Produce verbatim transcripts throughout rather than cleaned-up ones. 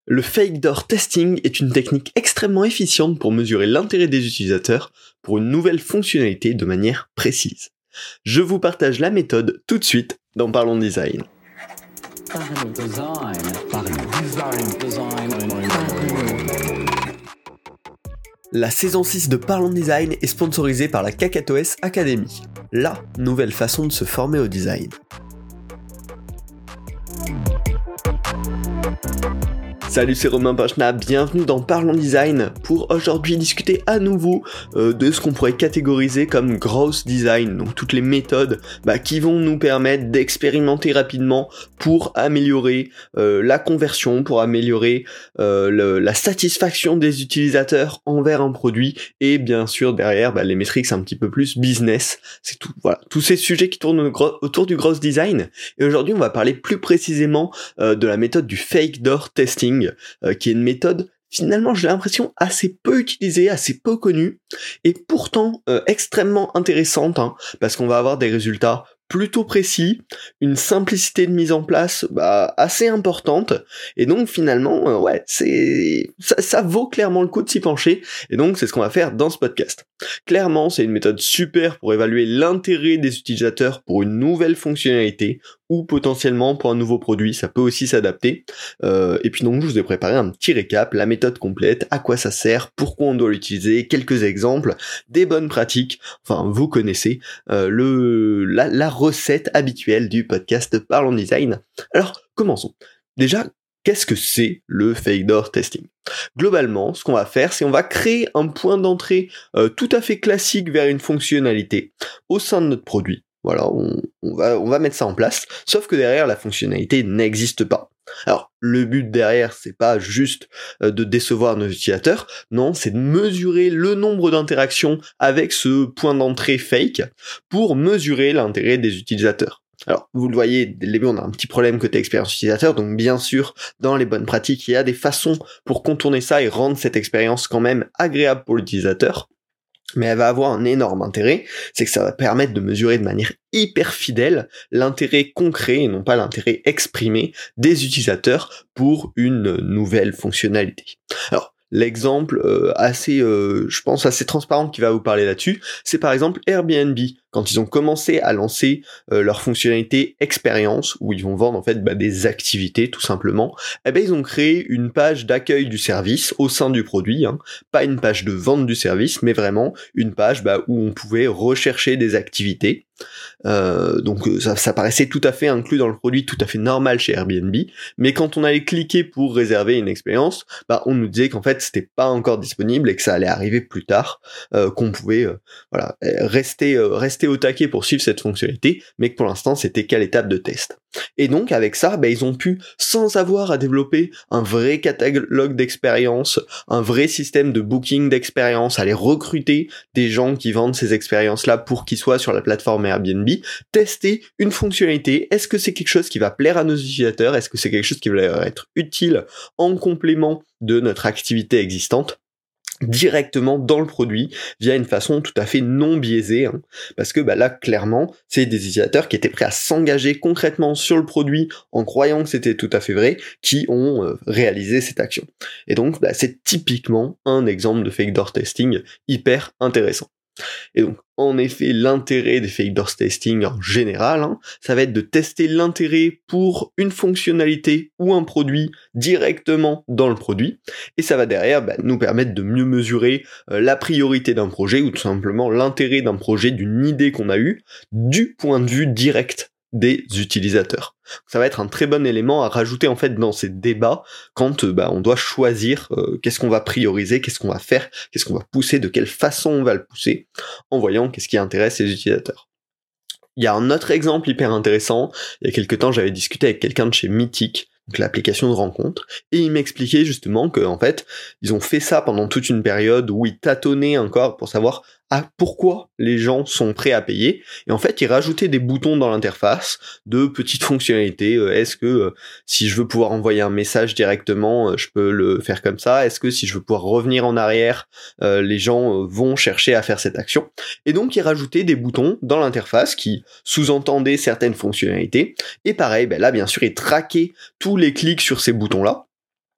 Le fake door testing est une technique extrêmement efficiente pour mesurer l'intérêt des utilisateurs pour une nouvelle fonctionnalité de manière précise. Je vous partage la méthode tout de suite dans Parlons Design. La saison six de Parlons Design est sponsorisée par la KakatoS Academy, la nouvelle façon de se former au design. Salut, c'est Romain Pachna, bienvenue dans Parlons Design pour aujourd'hui discuter à nouveau euh, de ce qu'on pourrait catégoriser comme growth design, donc toutes les méthodes bah, qui vont nous permettre d'expérimenter rapidement pour améliorer euh, la conversion, pour améliorer euh, le, la satisfaction des utilisateurs envers un produit et bien sûr derrière bah, les métriques un petit peu plus business, c'est tout, voilà, tous ces sujets qui tournent autour du growth design. Et aujourd'hui on va parler plus précisément euh, de la méthode du fake door testing. Euh, qui est une méthode finalement j'ai l'impression assez peu utilisée, assez peu connue et pourtant euh, extrêmement intéressante hein, parce qu'on va avoir des résultats plutôt précis, une simplicité de mise en place bah, assez importante et donc finalement euh, ouais c'est ça, ça vaut clairement le coup de s'y pencher et donc c'est ce qu'on va faire dans ce podcast. Clairement c'est une méthode super pour évaluer l'intérêt des utilisateurs pour une nouvelle fonctionnalité ou potentiellement pour un nouveau produit, ça peut aussi s'adapter. Euh, et puis donc je vous ai préparé un petit récap, la méthode complète, à quoi ça sert, pourquoi on doit l'utiliser, quelques exemples, des bonnes pratiques, enfin vous connaissez euh, le la, la recette habituelle du podcast Parlons Design. Alors commençons. Déjà, qu'est-ce que c'est le fake door testing ? Globalement, ce qu'on va faire, c'est on va créer un point d'entrée euh, tout à fait classique vers une fonctionnalité au sein de notre produit. Voilà, on, on, va, on va mettre ça en place, sauf que derrière, la fonctionnalité n'existe pas. Alors, le but derrière, c'est pas juste euh, de décevoir nos utilisateurs, non, c'est de mesurer le nombre d'interactions avec ce point d'entrée fake pour mesurer l'intérêt des utilisateurs. Alors, vous le voyez, dès le début, on a un petit problème côté expérience utilisateur, donc bien sûr, dans les bonnes pratiques, il y a des façons pour contourner ça et rendre cette expérience quand même agréable pour l'utilisateur. Mais elle va avoir un énorme intérêt, c'est que ça va permettre de mesurer de manière hyper fidèle l'intérêt concret et non pas l'intérêt exprimé des utilisateurs pour une nouvelle fonctionnalité. Alors, l'exemple euh, assez, euh, je pense, assez transparent qui va vous parler là-dessus, c'est par exemple Airbnb. Quand ils ont commencé à lancer euh, leur fonctionnalité expérience, où ils vont vendre en fait bah, des activités tout simplement, eh ben ils ont créé une page d'accueil du service au sein du produit, hein, pas une page de vente du service, mais vraiment une page bah, où on pouvait rechercher des activités. Euh, donc ça, ça paraissait tout à fait inclus dans le produit, tout à fait normal chez Airbnb, mais quand on allait cliquer pour réserver une expérience, bah on nous disait qu'en fait c'était pas encore disponible et que ça allait arriver plus tard, euh, qu'on pouvait euh, voilà rester euh, rester au taquet pour suivre cette fonctionnalité, mais que pour l'instant c'était qu'à l'étape de test. Et donc avec ça, bah, ils ont pu, sans avoir à développer un vrai catalogue d'expériences, un vrai système de booking d'expériences, aller recruter des gens qui vendent ces expériences-là pour qu'ils soient sur la plateforme Airbnb, tester une fonctionnalité. Est-ce que c'est quelque chose qui va plaire à nos utilisateurs ? Est-ce que c'est quelque chose qui va leur être utile en complément de notre activité existante ? Directement dans le produit via une façon tout à fait non biaisée hein, parce que bah là clairement c'est des utilisateurs qui étaient prêts à s'engager concrètement sur le produit en croyant que c'était tout à fait vrai qui ont euh, réalisé cette action et donc bah, c'est typiquement un exemple de fake door testing hyper intéressant. Et donc, en effet, l'intérêt des fake door testing en général, hein, ça va être de tester l'intérêt pour une fonctionnalité ou un produit directement dans le produit, et ça va derrière bah, nous permettre de mieux mesurer euh, la priorité d'un projet ou tout simplement l'intérêt d'un projet, d'une idée qu'on a eue, du point de vue direct des utilisateurs. Ça va être un très bon élément à rajouter en fait dans ces débats quand euh, bah, on doit choisir euh, qu'est-ce qu'on va prioriser, qu'est-ce qu'on va faire, qu'est-ce qu'on va pousser, de quelle façon on va le pousser, en voyant qu'est-ce qui intéresse les utilisateurs. Il y a un autre exemple hyper intéressant, il y a quelques temps j'avais discuté avec quelqu'un de chez Mythic, donc l'application de rencontre, et il m'expliquait justement que en fait ils ont fait ça pendant toute une période où ils tâtonnaient encore pour savoir à pourquoi les gens sont prêts à payer, et en fait ils rajoutaient des boutons dans l'interface de petites fonctionnalités. euh, est-ce que euh, si je veux pouvoir envoyer un message directement, euh, je peux le faire comme ça, est-ce que si je veux pouvoir revenir en arrière, euh, les gens euh, vont chercher à faire cette action, et donc ils rajoutaient des boutons dans l'interface qui sous-entendaient certaines fonctionnalités, et pareil, ben là bien sûr ils traquaient tous les clics sur ces boutons là,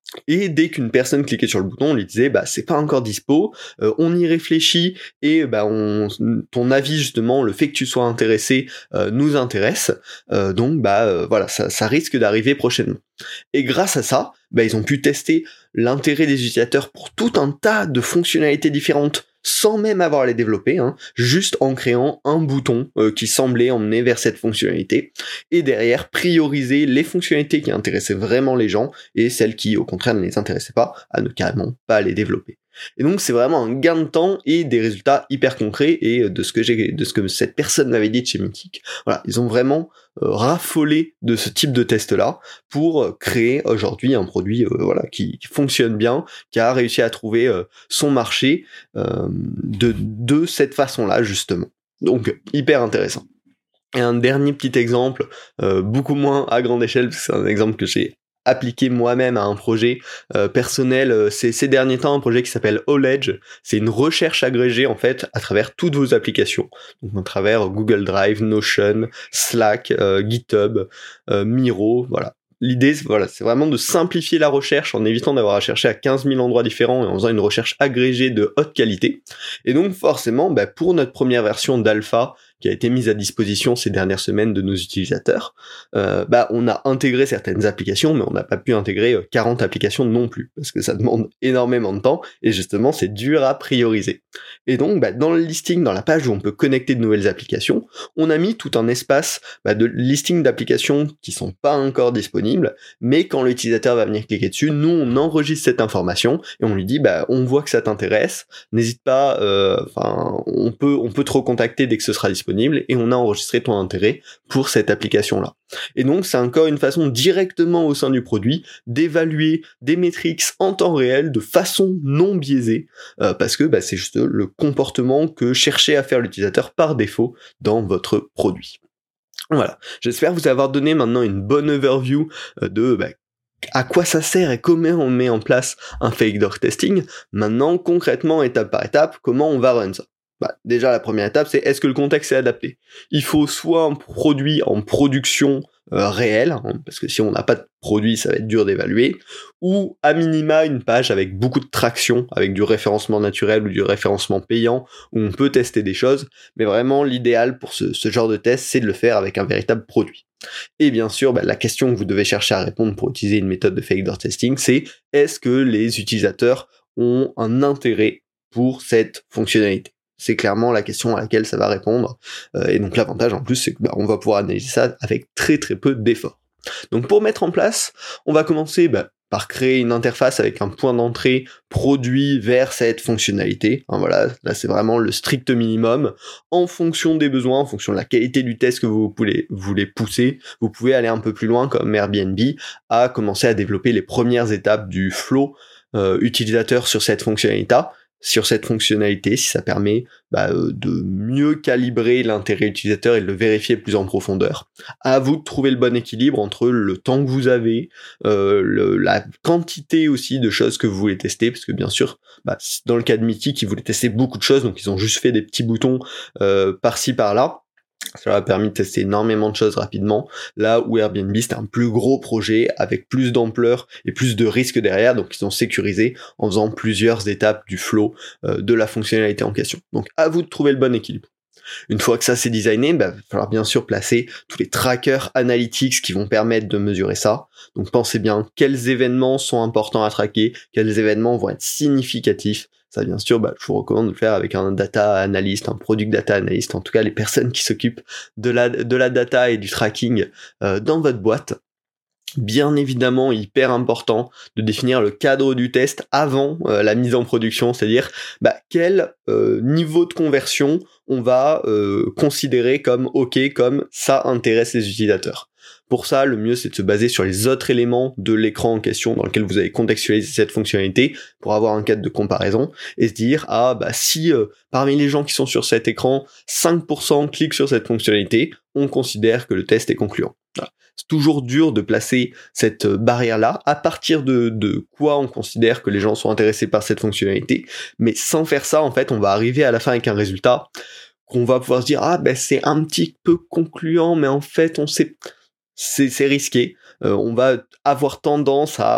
Et dès qu'une personne cliquait sur le bouton, on lui disait bah c'est pas encore dispo, euh, on y réfléchit et bah on, ton avis justement, le fait que tu sois intéressé euh, nous intéresse, euh, donc bah euh, voilà ça, ça risque d'arriver prochainement. Et grâce à ça, bah ils ont pu tester l'intérêt des utilisateurs pour tout un tas de fonctionnalités différentes sans même avoir à les développer, hein, juste en créant un bouton euh, qui semblait emmener vers cette fonctionnalité, et derrière prioriser les fonctionnalités qui intéressaient vraiment les gens, et celles qui au contraire ne les intéressaient pas, à ne carrément pas les développer. Et donc c'est vraiment un gain de temps et des résultats hyper concrets, et de ce que j'ai, de ce que cette personne m'avait dit de chez Mythic, voilà, ils ont vraiment euh, raffolé de ce type de test-là pour créer aujourd'hui un produit euh, voilà, qui, qui fonctionne bien, qui a réussi à trouver euh, son marché euh, de, de cette façon-là justement. Donc hyper intéressant. Et un dernier petit exemple, euh, beaucoup moins à grande échelle, parce que c'est un exemple que j'ai appliqué moi-même à un projet euh, personnel euh, ces, ces derniers temps, un projet qui s'appelle All-Edge. C'est une recherche agrégée en fait à travers toutes vos applications, donc à travers Google Drive, Notion, Slack, euh, GitHub, euh, Miro, voilà. L'idée, voilà, c'est vraiment de simplifier la recherche en évitant d'avoir à chercher à quinze mille endroits différents et en faisant une recherche agrégée de haute qualité. Et donc forcément, bah, pour notre première version d'alpha, qui a été mise à disposition ces dernières semaines de nos utilisateurs, euh, bah on a intégré certaines applications, mais on n'a pas pu intégrer quarante applications non plus, parce que ça demande énormément de temps, et justement c'est dur à prioriser. Et donc bah, dans le listing, dans la page où on peut connecter de nouvelles applications, on a mis tout un espace bah, de listing d'applications qui sont pas encore disponibles, mais quand l'utilisateur va venir cliquer dessus, nous on enregistre cette information, et on lui dit bah on voit que ça t'intéresse, n'hésite pas, enfin euh, on peut on peut te recontacter dès que ce sera disponible, et on a enregistré ton intérêt pour cette application-là. Et donc, c'est encore une façon directement au sein du produit d'évaluer des métriques en temps réel de façon non biaisée, euh, parce que bah, c'est juste le comportement que cherchait à faire l'utilisateur par défaut dans votre produit. Voilà, j'espère vous avoir donné maintenant une bonne overview de bah, à quoi ça sert et comment on met en place un fake door testing. Maintenant, concrètement, étape par étape, comment on va run ça. Bah, déjà, la première étape, c'est est-ce que le contexte est adapté ? Il faut soit un produit en production euh, réelle, hein, parce que si on n'a pas de produit, ça va être dur d'évaluer, ou à minima une page avec beaucoup de traction, avec du référencement naturel ou du référencement payant, où on peut tester des choses, mais vraiment l'idéal pour ce, ce genre de test, c'est de le faire avec un véritable produit. Et bien sûr, bah, la question que vous devez chercher à répondre pour utiliser une méthode de fake door testing, c'est est-ce que les utilisateurs ont un intérêt pour cette fonctionnalité ? C'est clairement la question à laquelle ça va répondre. Euh, et donc l'avantage en plus, c'est que bah, on va pouvoir analyser ça avec très très peu d'efforts. Donc pour mettre en place, on va commencer bah, par créer une interface avec un point d'entrée produit vers cette fonctionnalité. Hein, voilà, là c'est vraiment le strict minimum. En fonction des besoins, en fonction de la qualité du test que vous voulez, voulez pousser, vous pouvez aller un peu plus loin comme Airbnb, à commencer à développer les premières étapes du flow euh, utilisateur sur cette fonctionnalité. sur cette fonctionnalité, si ça permet bah, euh, de mieux calibrer l'intérêt utilisateur et de le vérifier plus en profondeur. À vous de trouver le bon équilibre entre le temps que vous avez, euh, le, la quantité aussi de choses que vous voulez tester, parce que bien sûr, bah, dans le cas de Mythic, ils voulaient tester beaucoup de choses, donc ils ont juste fait des petits boutons euh, par-ci par-là. Ça leur a permis de tester énormément de choses rapidement, là où Airbnb c'était un plus gros projet avec plus d'ampleur et plus de risques derrière, donc ils ont sécurisé en faisant plusieurs étapes du flow euh, de la fonctionnalité en question. Donc à vous de trouver le bon équilibre. Une fois que ça c'est designé, bah, il va falloir bien sûr placer tous les trackers analytics qui vont permettre de mesurer ça. Donc pensez bien quels événements sont importants à traquer, quels événements vont être significatifs. Ça, bien sûr, bah, je vous recommande de le faire avec un data analyst, un product data analyst, en tout cas les personnes qui s'occupent de la, de la data et du tracking euh, dans votre boîte. Bien évidemment, hyper important de définir le cadre du test avant euh, la mise en production, c'est-à-dire bah, quel euh, niveau de conversion on va euh, considérer comme OK, comme ça intéresse les utilisateurs. Pour ça, le mieux c'est de se baser sur les autres éléments de l'écran en question dans lequel vous avez contextualisé cette fonctionnalité pour avoir un cadre de comparaison et se dire ah bah si euh, parmi les gens qui sont sur cet écran, cinq pour cent cliquent sur cette fonctionnalité, on considère que le test est concluant. Voilà. C'est toujours dur de placer cette barrière-là, à partir de, de quoi on considère que les gens sont intéressés par cette fonctionnalité, mais sans faire ça, en fait, on va arriver à la fin avec un résultat qu'on va pouvoir se dire ah ben c'est un petit peu concluant, mais en fait on sait c'est, c'est risqué. Euh, on va avoir tendance à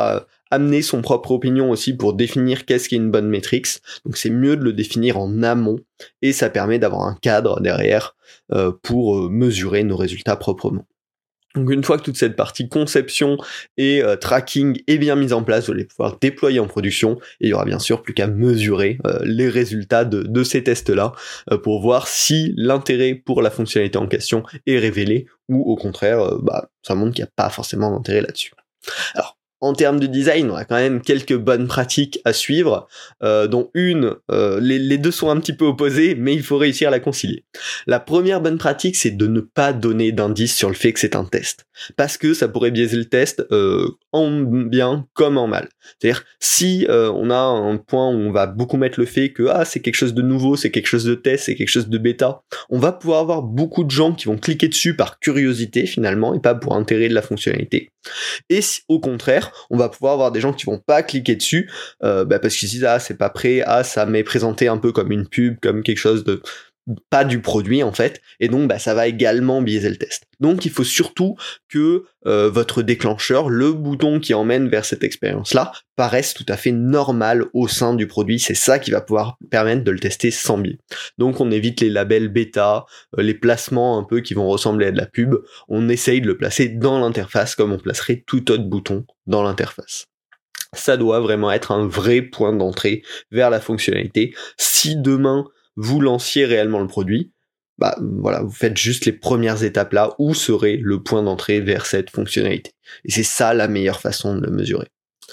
amener son propre opinion aussi pour définir qu'est-ce qui est une bonne métrique. Donc c'est mieux de le définir en amont, et ça permet d'avoir un cadre derrière euh, pour euh, mesurer nos résultats proprement. Donc une fois que toute cette partie conception et euh, tracking est bien mise en place, vous allez pouvoir déployer en production, et il y aura bien sûr plus qu'à mesurer euh, les résultats de, de ces tests-là euh, pour voir si l'intérêt pour la fonctionnalité en question est révélé, ou au contraire, euh, bah, ça montre qu'il n'y a pas forcément d'intérêt là-dessus. Alors, en termes de design, on a quand même quelques bonnes pratiques à suivre, euh, dont une, euh, les, les deux sont un petit peu opposées, mais il faut réussir à la concilier. La première bonne pratique, c'est de ne pas donner d'indice sur le fait que c'est un test, parce que ça pourrait biaiser le test euh, en bien comme en mal. C'est-à-dire, si euh, on a un point où on va beaucoup mettre le fait que ah, c'est quelque chose de nouveau, c'est quelque chose de test, c'est quelque chose de bêta, on va pouvoir avoir beaucoup de gens qui vont cliquer dessus par curiosité finalement, et pas pour intérêt de la fonctionnalité. Et si, au contraire, on va pouvoir avoir des gens qui vont pas cliquer dessus euh, bah parce qu'ils se disent ah c'est pas prêt, ah ça m'est présenté un peu comme une pub, comme quelque chose de pas du produit en fait, et donc bah ça va également biaiser le test. Donc il faut surtout que euh, votre déclencheur, le bouton qui emmène vers cette expérience-là, paraisse tout à fait normal au sein du produit. C'est ça qui va pouvoir permettre de le tester sans biais. Donc on évite les labels bêta, euh, les placements un peu qui vont ressembler à de la pub. On essaye de le placer dans l'interface comme on placerait tout autre bouton dans l'interface. Ça doit vraiment être un vrai point d'entrée vers la fonctionnalité. Si demain vous lanciez réellement le produit, bah voilà, vous faites juste les premières étapes là où serait le point d'entrée vers cette fonctionnalité. Et c'est ça la meilleure façon de le mesurer.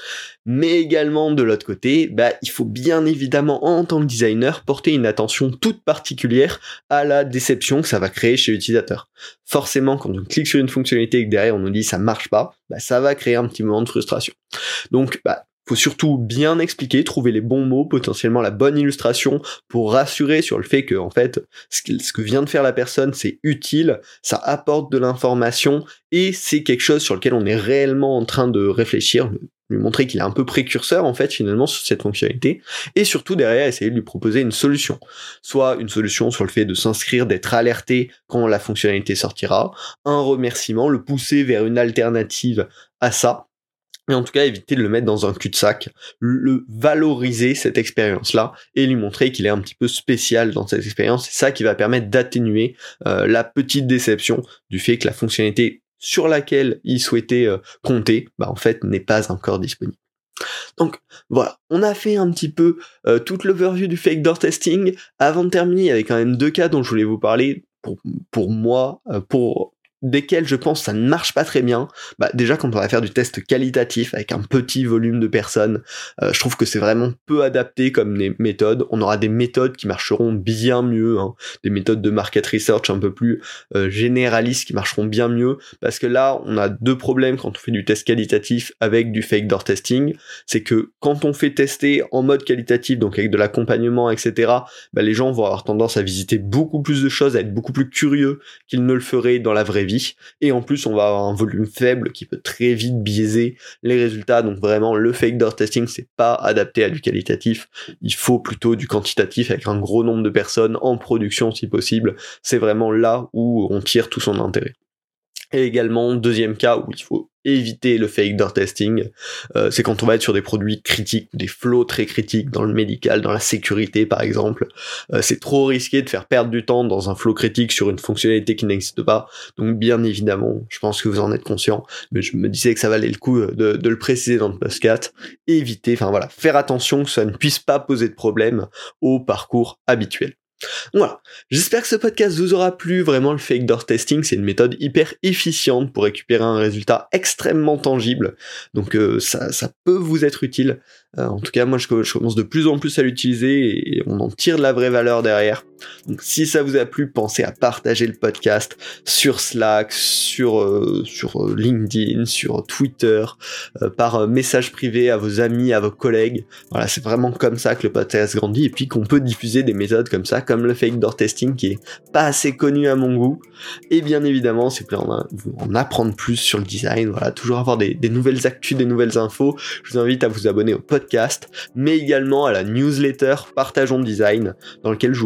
Mais également de l'autre côté, bah, il faut bien évidemment en tant que designer porter une attention toute particulière à la déception que ça va créer chez l'utilisateur. Forcément, quand on clique sur une fonctionnalité et que derrière on nous dit ça marche pas, bah, ça va créer un petit moment de frustration. Donc bah, faut surtout bien expliquer, trouver les bons mots, potentiellement la bonne illustration pour rassurer sur le fait que en fait ce que, ce que vient de faire la personne c'est utile, ça apporte de l'information et c'est quelque chose sur lequel on est réellement en train de réfléchir, lui montrer qu'il est un peu précurseur en fait finalement sur cette fonctionnalité, et surtout derrière essayer de lui proposer une solution, soit une solution sur le fait de s'inscrire, d'être alerté quand la fonctionnalité sortira, un remerciement, le pousser vers une alternative à ça, et en tout cas éviter de le mettre dans un cul-de-sac, le valoriser cette expérience-là et lui montrer qu'il est un petit peu spécial dans cette expérience. C'est ça qui va permettre d'atténuer euh, la petite déception du fait que la fonctionnalité sur laquelle il souhaitait euh, compter, bah en fait n'est pas encore disponible. Donc voilà, on a fait un petit peu euh, toute l'overview du fake door testing. Avant de terminer, il y avait quand même deux cas dont je voulais vous parler pour, pour moi, euh, pour desquels je pense ça ne marche pas très bien. Bah déjà quand on va faire du test qualitatif avec un petit volume de personnes, euh, je trouve que c'est vraiment peu adapté comme des méthodes. On aura des méthodes qui marcheront bien mieux, hein, des méthodes de market research un peu plus euh, généralistes qui marcheront bien mieux, parce que là on a deux problèmes quand on fait du test qualitatif avec du fake door testing. C'est que quand on fait tester en mode qualitatif, donc avec de l'accompagnement, et cetera, bah, les gens vont avoir tendance à visiter beaucoup plus de choses, à être beaucoup plus curieux qu'ils ne le feraient dans la vraie vie. Et en plus on va avoir un volume faible qui peut très vite biaiser les résultats. Donc vraiment le fake door testing c'est pas adapté à du qualitatif, il faut plutôt du quantitatif avec un gros nombre de personnes en production si possible. C'est vraiment là où on tire tout son intérêt. Et également, deuxième cas où il faut éviter le fake door testing, euh, c'est quand on va être sur des produits critiques, des flows très critiques dans le médical, dans la sécurité par exemple. Euh, c'est trop risqué de faire perdre du temps dans un flow critique sur une fonctionnalité qui n'existe pas. Donc bien évidemment, je pense que vous en êtes conscient, mais je me disais que ça valait le coup de, de le préciser dans le podcast. Éviter, enfin voilà, faire attention que ça ne puisse pas poser de problème au parcours habituel. Voilà, j'espère que ce podcast vous aura plu. Vraiment, le fake door testing, c'est une méthode hyper efficiente pour récupérer un résultat extrêmement tangible, donc euh, ça, ça peut vous être utile. Euh, en tout cas, moi je, je commence de plus en plus à l'utiliser et on en tire de la vraie valeur derrière. Donc si ça vous a plu, pensez à partager le podcast sur Slack, sur, euh, sur euh, LinkedIn, sur Twitter, euh, par euh, message privé à vos amis, à vos collègues. Voilà, c'est vraiment comme ça que le podcast grandit, et puis qu'on peut diffuser des méthodes comme ça, comme le fake door testing qui est pas assez connu à mon goût. Et bien évidemment, si vous voulez en, en apprendre plus sur le design, voilà, toujours avoir des, des nouvelles actus, des nouvelles infos, je vous invite à vous abonner au podcast, mais également à la newsletter Partageons Design, dans lequel je vous partage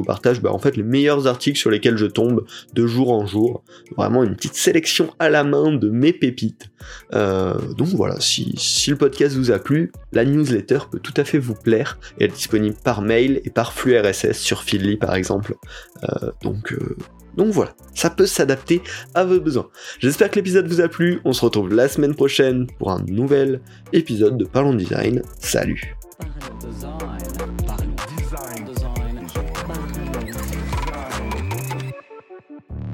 bah, en fait les meilleurs articles sur lesquels je tombe de jour en jour. Vraiment une petite sélection à la main de mes pépites. Euh, donc voilà, si, si le podcast vous a plu, la newsletter peut tout à fait vous plaire, et elle est disponible par mail et par flux R S S sur Feedly par exemple. Euh, donc... Euh, Donc voilà, ça peut s'adapter à vos besoins. J'espère que l'épisode vous a plu, on se retrouve la semaine prochaine pour un nouvel épisode de Parlons Design. Salut! Design. Design. Design.